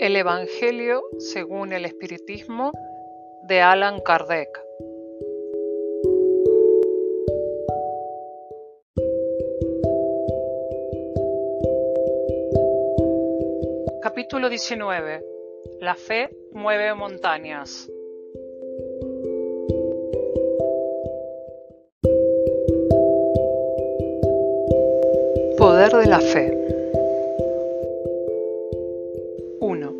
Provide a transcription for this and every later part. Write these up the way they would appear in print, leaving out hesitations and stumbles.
El Evangelio según el Espiritismo de Allan Kardec. Capítulo 19. La fe mueve montañas. Poder de la fe. 1.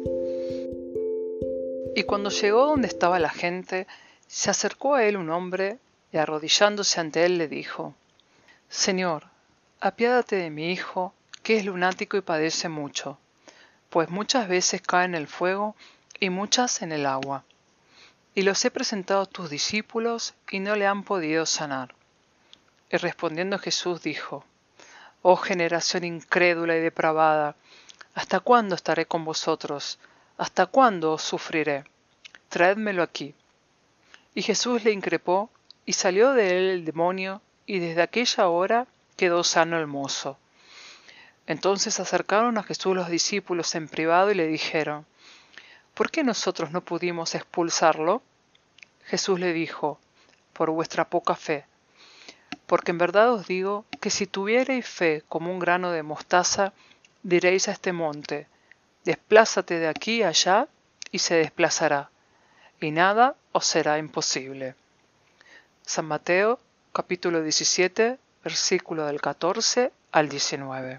Y cuando llegó donde estaba la gente, se acercó a él un hombre y arrodillándose ante él le dijo: Señor, apiádate de mi hijo, que es lunático y padece mucho, pues muchas veces cae en el fuego y muchas en el agua. Y los he presentado a tus discípulos y no le han podido sanar. Y respondiendo Jesús dijo: Oh generación incrédula y depravada, ¿hasta cuándo estaré con vosotros? ¿Hasta cuándo os sufriré? Traédmelo aquí. Y Jesús le increpó, y salió de él el demonio, y desde aquella hora quedó sano el mozo. Entonces acercaron a Jesús los discípulos en privado y le dijeron: ¿Por qué nosotros no pudimos expulsarlo? Jesús le dijo: Por vuestra poca fe. Porque en verdad os digo que si tuviereis fe como un grano de mostaza, diréis a este monte: Desplázate de aquí a allá, y se desplazará, y nada os será imposible. San Mateo, capítulo 17, versículo del 14 al 19.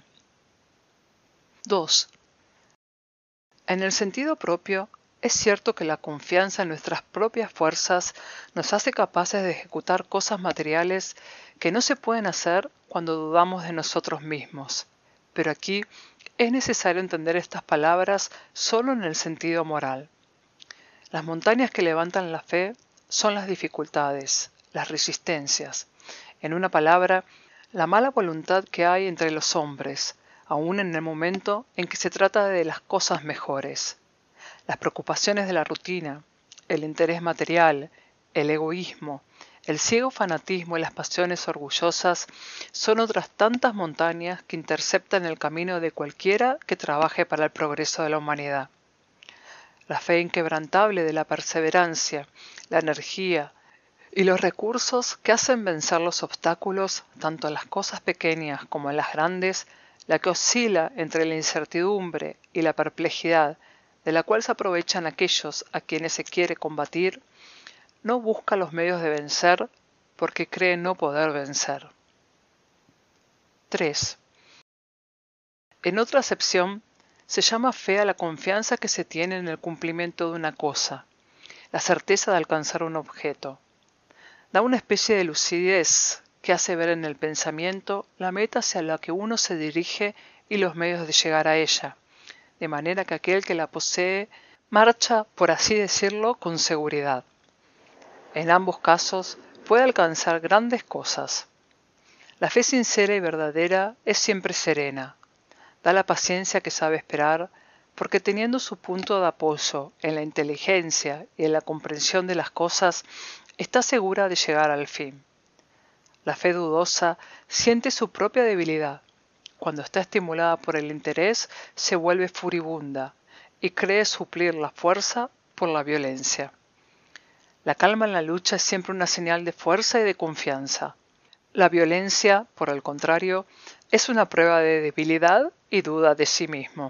2. En el sentido propio, es cierto que la confianza en nuestras propias fuerzas nos hace capaces de ejecutar cosas materiales que no se pueden hacer cuando dudamos de nosotros mismos. Pero aquí es necesario entender estas palabras solo en el sentido moral. Las montañas que levantan la fe son las dificultades, las resistencias. En una palabra, la mala voluntad que hay entre los hombres, aún en el momento en que se trata de las cosas mejores. Las preocupaciones de la rutina, el interés material, el egoísmo, el ciego fanatismo y las pasiones orgullosas son otras tantas montañas que interceptan el camino de cualquiera que trabaje para el progreso de la humanidad. La fe inquebrantable de la perseverancia, la energía y los recursos que hacen vencer los obstáculos, tanto en las cosas pequeñas como en las grandes, la que oscila entre la incertidumbre y la perplejidad, de la cual se aprovechan aquellos a quienes se quiere combatir, no busca los medios de vencer porque cree no poder vencer. 3. En otra acepción, se llama fe a la confianza que se tiene en el cumplimiento de una cosa, la certeza de alcanzar un objeto. Da una especie de lucidez que hace ver en el pensamiento la meta hacia la que uno se dirige y los medios de llegar a ella, de manera que aquel que la posee marcha, por así decirlo, con seguridad. En ambos casos puede alcanzar grandes cosas. La fe sincera y verdadera es siempre serena. Da la paciencia que sabe esperar, porque teniendo su punto de apoyo en la inteligencia y en la comprensión de las cosas, está segura de llegar al fin. La fe dudosa siente su propia debilidad. Cuando está estimulada por el interés, se vuelve furibunda y cree suplir la fuerza por la violencia. La calma en la lucha es siempre una señal de fuerza y de confianza. La violencia, por el contrario, es una prueba de debilidad y duda de sí mismo.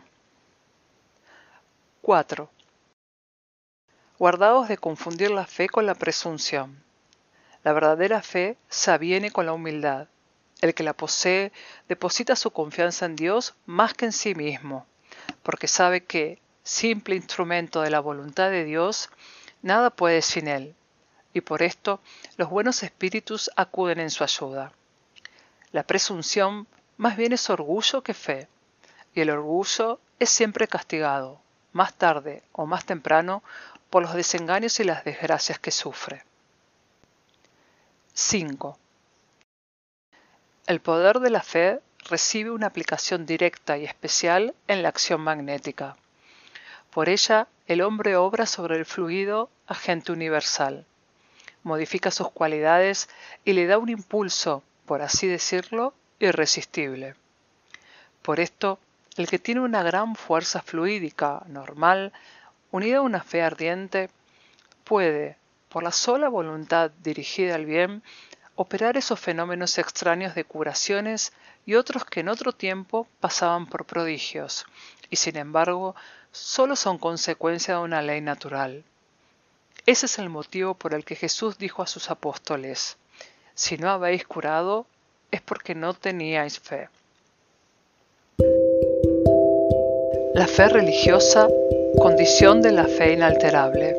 4. Guardaos de confundir la fe con la presunción. La verdadera fe se aviene con la humildad. El que la posee deposita su confianza en Dios más que en sí mismo, porque sabe que, simple instrumento de la voluntad de Dios, nada puede sin él, y por esto los buenos espíritus acuden en su ayuda. La presunción más bien es orgullo que fe, y el orgullo es siempre castigado, más tarde o más temprano, por los desengaños y las desgracias que sufre. 5. El poder de la fe recibe una aplicación directa y especial en la acción magnética. Por ella, el hombre obra sobre el fluido agente universal, modifica sus cualidades y le da un impulso, por así decirlo, irresistible. Por esto, El que tiene una gran fuerza fluídica normal, unida a una fe ardiente, puede, por la sola voluntad dirigida al bien, operar esos fenómenos extraños de curaciones y otros que en otro tiempo pasaban por prodigios, y sin embargo solo son consecuencia de una ley natural. Ese es el motivo por el que Jesús dijo a sus apóstoles: si no habéis curado, es porque no teníais fe. La fe religiosa, condición de la fe inalterable.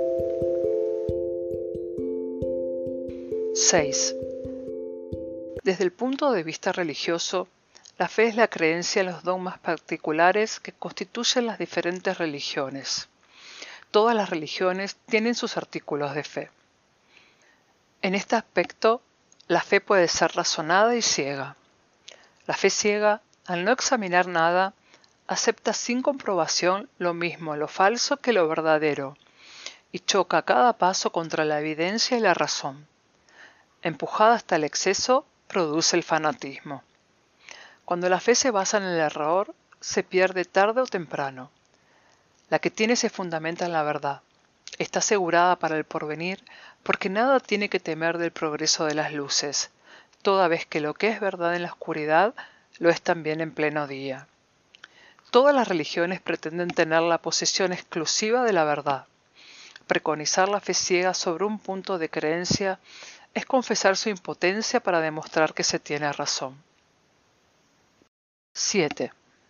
6. Desde el punto de vista religioso, la fe es la creencia en los dogmas particulares que constituyen las diferentes religiones. Todas las religiones tienen sus artículos de fe. En este aspecto, la fe puede ser razonada y ciega. La fe ciega, al no examinar nada, acepta sin comprobación lo mismo lo falso que lo verdadero, y choca a cada paso contra la evidencia y la razón. Empujada hasta el exceso, produce el fanatismo. Cuando la fe se basa en el error, se pierde tarde o temprano. La que tiene se fundamenta en la verdad. Está asegurada para el porvenir porque nada tiene que temer del progreso de las luces, toda vez que lo que es verdad en la oscuridad lo es también en pleno día. Todas las religiones pretenden tener la posesión exclusiva de la verdad. Preconizar la fe ciega sobre un punto de creencia es confesar su impotencia para demostrar que se tiene razón. 7.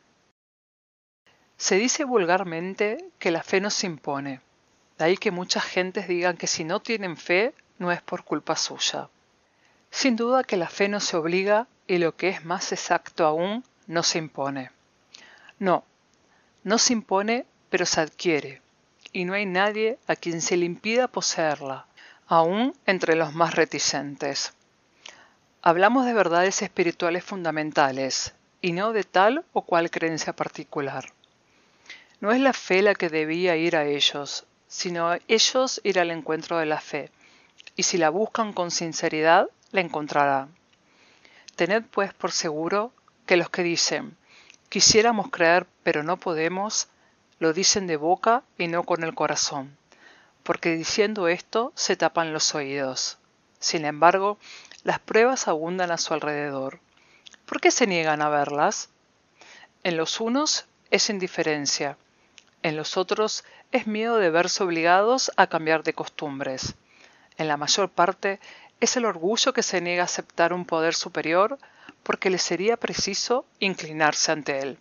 Se dice vulgarmente que la fe no se impone. De ahí que muchas gentes digan que si no tienen fe, no es por culpa suya. Sin duda que la fe no se obliga y lo que es más exacto aún, no se impone. No se impone, pero se adquiere, y no hay nadie a quien se le impida poseerla, aún entre los más reticentes. Hablamos de verdades espirituales fundamentales, y no de tal o cual creencia particular. No es la fe la que debía ir a ellos, sino ellos ir al encuentro de la fe, y si la buscan con sinceridad, la encontrarán. Tened pues por seguro que los que dicen: quisiéramos creer pero no podemos, lo dicen de boca y no con el corazón, porque diciendo esto se tapan los oídos. Sin embargo, las pruebas abundan a su alrededor. ¿Por qué se niegan a verlas? En los unos es indiferencia, en los otros es miedo de verse obligados a cambiar de costumbres. En la mayor parte es el orgullo que se niega a aceptar un poder superior porque le sería preciso inclinarse ante él.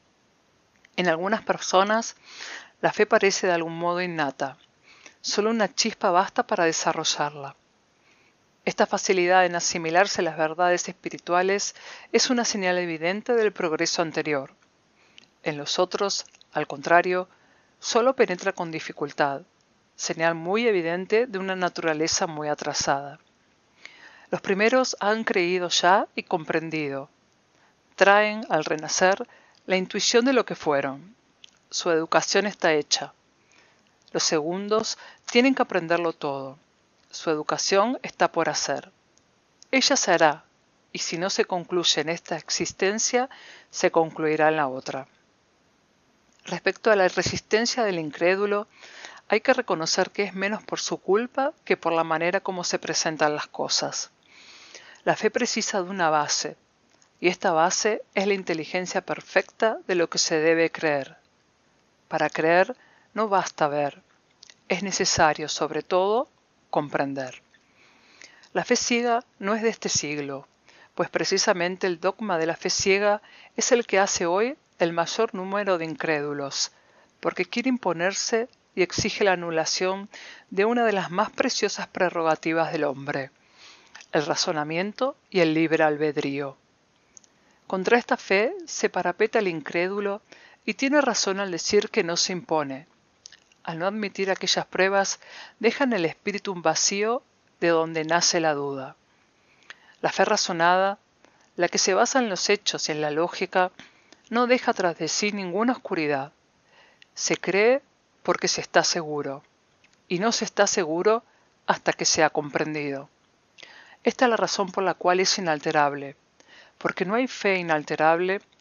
En algunas personas la fe parece de algún modo innata. Solo una chispa basta para desarrollarla. Esta facilidad en asimilarse las verdades espirituales es una señal evidente del progreso anterior. En los otros, al contrario, solo penetra con dificultad, señal muy evidente de una naturaleza muy atrasada. Los primeros han creído ya y comprendido. Traen, al renacer, la intuición de lo que fueron. Su educación está hecha. Los segundos tienen que aprenderlo todo. Su educación está por hacer. Ella se hará, y si no se concluye en esta existencia, se concluirá en la otra. Respecto a la resistencia del incrédulo, hay que reconocer que es menos por su culpa que por la manera como se presentan las cosas. La fe precisa de una base, y esta base es la inteligencia perfecta de lo que se debe creer. Para creer no basta ver, es necesario, sobre todo, comprender. La fe ciega no es de este siglo, pues precisamente el dogma de la fe ciega es el que hace hoy el mayor número de incrédulos, porque quiere imponerse y exige la anulación de una de las más preciosas prerrogativas del hombre, el razonamiento y el libre albedrío. Contra esta fe se parapeta el incrédulo y tiene razón al decir que no se impone. Al no admitir aquellas pruebas, deja en el espíritu un vacío de donde nace la duda. La fe razonada, la que se basa en los hechos y en la lógica, no deja tras de sí ninguna oscuridad. Se cree porque se está seguro, y no se está seguro hasta que se ha comprendido. Esta es la razón por la cual es inalterable, porque no hay fe inalterable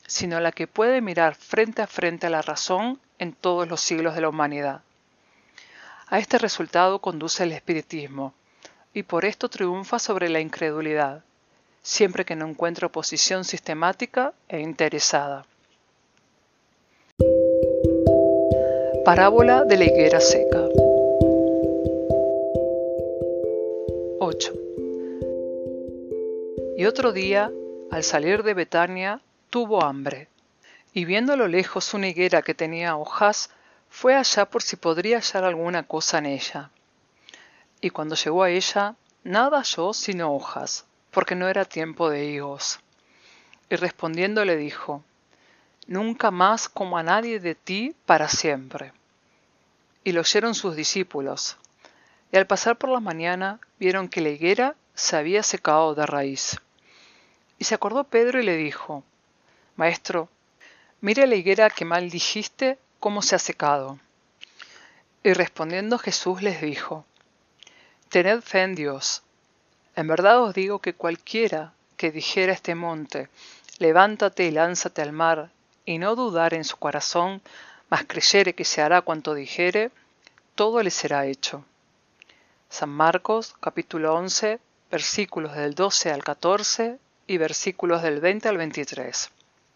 sino la que puede mirar frente a frente a la razón en todos los siglos de la humanidad. A este resultado conduce el espiritismo, y por esto triunfa sobre la incredulidad, siempre que no encuentre oposición sistemática e interesada. Parábola de la higuera seca. 8. Y otro día, al salir de Betania, tuvo hambre, y viendo a lo lejos una higuera que tenía hojas, fue allá por si podría hallar alguna cosa en ella. Y cuando llegó a ella, nada halló sino hojas, porque no era tiempo de higos. Y respondiendo le dijo: Nunca más como a nadie de ti para siempre. Y lo oyeron sus discípulos. Y al pasar por la mañana, vieron que la higuera se había secado de raíz. Y se acordó Pedro y le dijo: Maestro, mire la higuera que maldijiste cómo se ha secado. Y respondiendo Jesús les dijo: Tened fe en Dios. En verdad os digo que cualquiera que dijera a este monte: Levántate y lánzate al mar, y no dudare en su corazón, mas creyere que se hará cuanto dijere, todo le será hecho. San Marcos, capítulo 11, versículos del 12 al 14 y versículos del 20 al 23.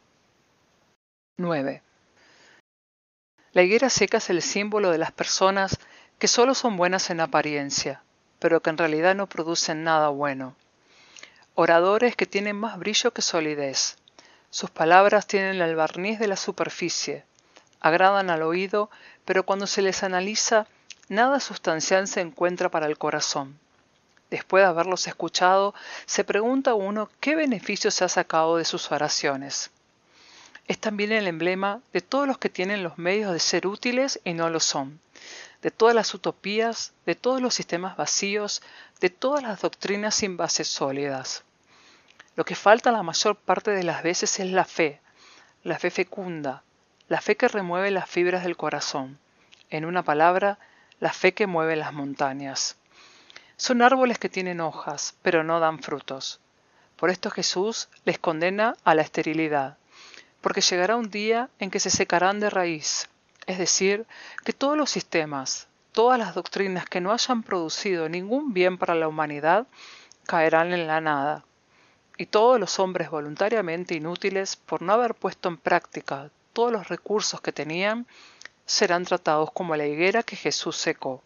9. La higuera seca es el símbolo de las personas que solo son buenas en apariencia, pero que en realidad no producen nada bueno. Oradores que tienen más brillo que solidez. Sus palabras tienen el barniz de la superficie, agradan al oído, pero cuando se les analiza, nada sustancial se encuentra para el corazón. Después de haberlos escuchado, se pregunta uno qué beneficio se ha sacado de sus oraciones. Es también el emblema de todos los que tienen los medios de ser útiles y no lo son, de todas las utopías, de todos los sistemas vacíos, de todas las doctrinas sin bases sólidas. Lo que falta la mayor parte de las veces es la fe fecunda, la fe que remueve las fibras del corazón. En una palabra, la fe que mueve las montañas. Son árboles que tienen hojas, pero no dan frutos. Por esto Jesús les condena a la esterilidad, porque llegará un día en que se secarán de raíz, es decir, que todos los sistemas, todas las doctrinas que no hayan producido ningún bien para la humanidad, caerán en la nada. Y todos los hombres voluntariamente inútiles por no haber puesto en práctica todos los recursos que tenían, serán tratados como la higuera que Jesús secó.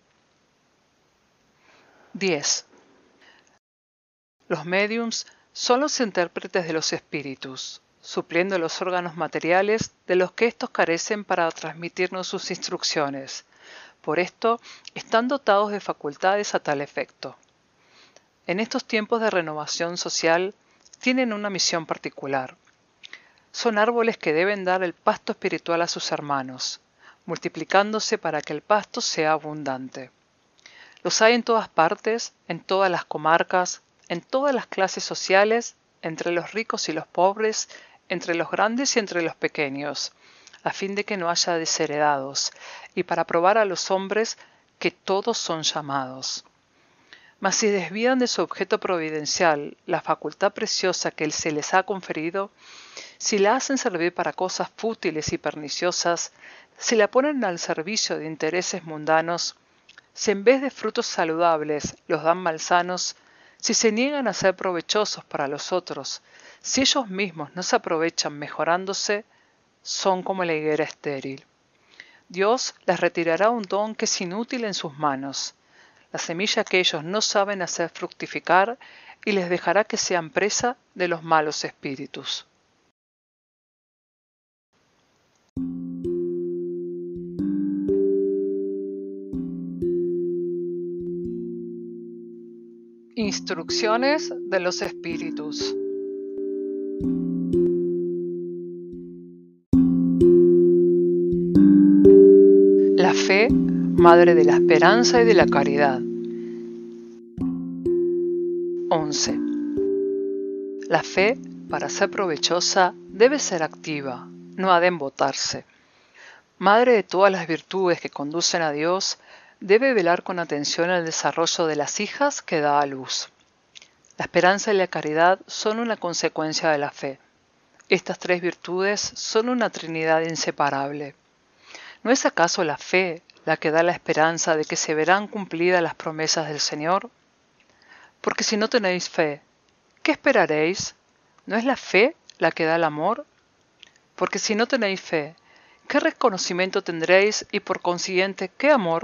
10. Los médiums son los intérpretes de los espíritus, supliendo los órganos materiales de los que éstos carecen para transmitirnos sus instrucciones. Por esto, están dotados de facultades a tal efecto. En estos tiempos de renovación social, tienen una misión particular. Son árboles que deben dar el pasto espiritual a sus hermanos, multiplicándose para que el pasto sea abundante. Los hay en todas partes, en todas las comarcas, en todas las clases sociales, entre los ricos y los pobres, entre los grandes y entre los pequeños, a fin de que no haya desheredados, y para probar a los hombres que todos son llamados. Mas si desvían de su objeto providencial la facultad preciosa que se les ha conferido, si la hacen servir para cosas fútiles y perniciosas, si la ponen al servicio de intereses mundanos, si en vez de frutos saludables los dan malsanos, si se niegan a ser provechosos para los otros, si ellos mismos no se aprovechan mejorándose, son como la higuera estéril. Dios les retirará un don que es inútil en sus manos, la semilla que ellos no saben hacer fructificar, y les dejará que sean presa de los malos espíritus. Instrucciones de los espíritus. La fe, madre de la esperanza y de la caridad. 11. La fe, para ser provechosa, debe ser activa, no ha de embotarse. Madre de todas las virtudes que conducen a Dios, debe velar con atención el desarrollo de las hijas que da a luz. La esperanza y la caridad son una consecuencia de la fe. Estas tres virtudes son una trinidad inseparable. ¿No es acaso la fe la que da la esperanza de que se verán cumplidas las promesas del Señor? Porque si no tenéis fe, ¿qué esperaréis? ¿No es la fe la que da el amor? Porque si no tenéis fe, ¿qué reconocimiento tendréis y por consiguiente qué amor?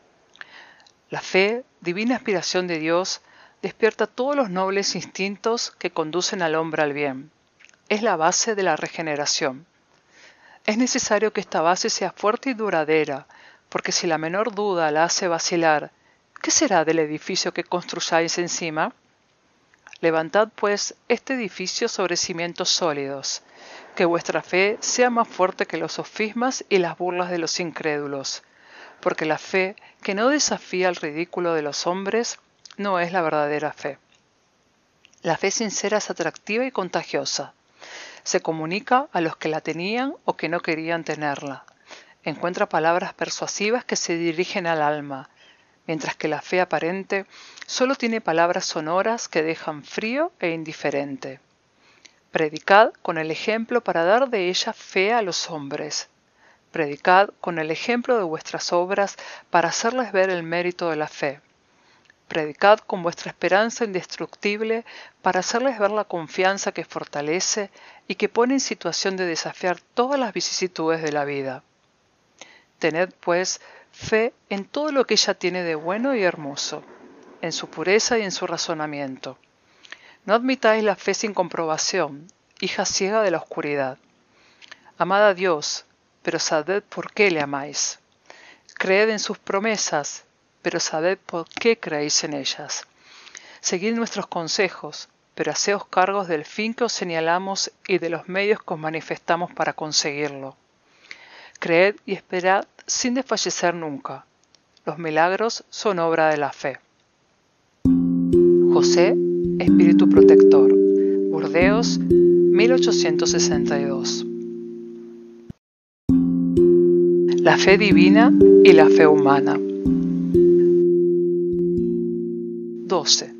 La fe, divina aspiración de Dios, despierta todos los nobles instintos que conducen al hombre al bien. Es la base de la regeneración. Es necesario que esta base sea fuerte y duradera, porque si la menor duda la hace vacilar, ¿qué será del edificio que construyáis encima? Levantad pues este edificio sobre cimientos sólidos, que vuestra fe sea más fuerte que los sofismas y las burlas de los incrédulos, porque la fe que no desafía el ridículo de los hombres no es la verdadera fe. La fe sincera es atractiva y contagiosa. Se comunica a los que la tenían o que no querían tenerla. Encuentra palabras persuasivas que se dirigen al alma, mientras que la fe aparente solo tiene palabras sonoras que dejan frío e indiferente. Predicad con el ejemplo para dar de ella fe a los hombres. Predicad con el ejemplo de vuestras obras para hacerles ver el mérito de la fe. Predicad con vuestra esperanza indestructible para hacerles ver la confianza que fortalece y que pone en situación de desafiar todas las vicisitudes de la vida. Tened, pues, fe en todo lo que ella tiene de bueno y hermoso, en su pureza y en su razonamiento. No admitáis la fe sin comprobación, hija ciega de la oscuridad. Amad a Dios, pero sabed por qué le amáis. Creed en sus promesas, pero sabed por qué creéis en ellas. Seguid nuestros consejos, pero haceos cargos del fin que os señalamos y de los medios que os manifestamos para conseguirlo. Creed y esperad sin desfallecer nunca. Los milagros son obra de la fe. José, Espíritu Protector, Burdeos, 1862. La fe divina y la fe humana. 12.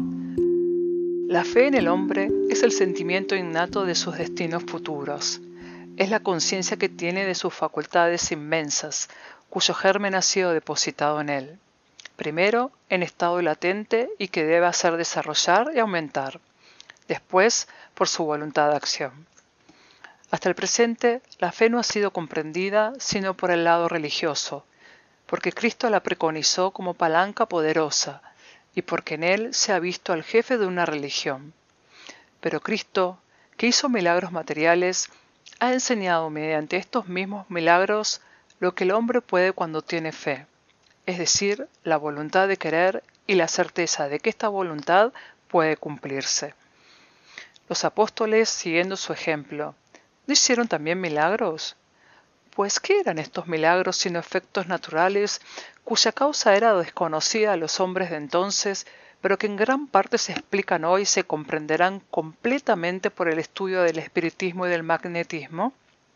La fe en el hombre es el sentimiento innato de sus destinos futuros. Es la conciencia que tiene de sus facultades inmensas, cuyo germen ha sido depositado en él. Primero, en estado latente y que debe hacer desarrollar y aumentar. Después, por su voluntad de acción. Hasta el presente, la fe no ha sido comprendida sino por el lado religioso, porque Cristo la preconizó como palanca poderosa y porque en él se ha visto al jefe de una religión. Pero Cristo, que hizo milagros materiales, ha enseñado mediante estos mismos milagros lo que el hombre puede cuando tiene fe, es decir, la voluntad de querer y la certeza de que esta voluntad puede cumplirse. Los apóstoles, siguiendo su ejemplo, ¿no hicieron también milagros? Pues, ¿qué eran estos milagros sino efectos naturales cuya causa era desconocida a los hombres de entonces, pero que en gran parte se explican hoy y se comprenderán completamente por el estudio del espiritismo y del magnetismo?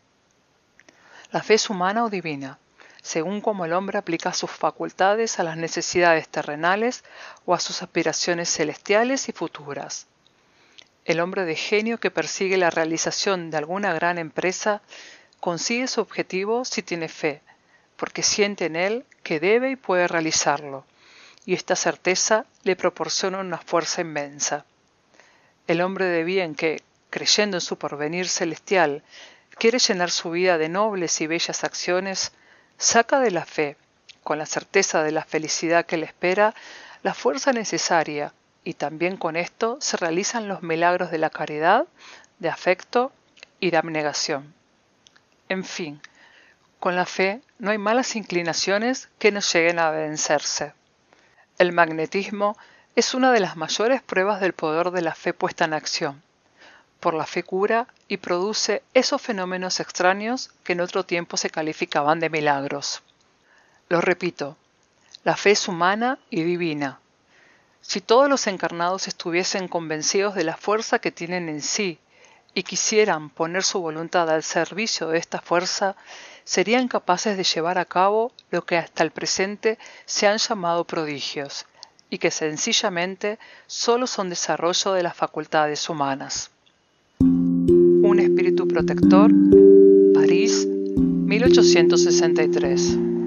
La fe es humana o divina, según como el hombre aplica sus facultades a las necesidades terrenales o a sus aspiraciones celestiales y futuras. El hombre de genio que persigue la realización de alguna gran empresa consigue su objetivo si tiene fe, porque siente en él que debe y puede realizarlo, y esta certeza le proporciona una fuerza inmensa. El hombre de bien que, creyendo en su porvenir celestial, quiere llenar su vida de nobles y bellas acciones, saca de la fe, con la certeza de la felicidad que le espera, la fuerza necesaria, y también con esto se realizan los milagros de la caridad, de afecto y de abnegación. En fin, con la fe no hay malas inclinaciones que nos lleguen a vencerse. El magnetismo es una de las mayores pruebas del poder de la fe puesta en acción. Por la fe cura y produce esos fenómenos extraños que en otro tiempo se calificaban de milagros. Lo repito, la fe es humana y divina. Si todos los encarnados estuviesen convencidos de la fuerza que tienen en sí y quisieran poner su voluntad al servicio de esta fuerza, serían capaces de llevar a cabo lo que hasta el presente se han llamado prodigios, y que sencillamente solo son desarrollo de las facultades humanas. Un espíritu protector, París, 1863.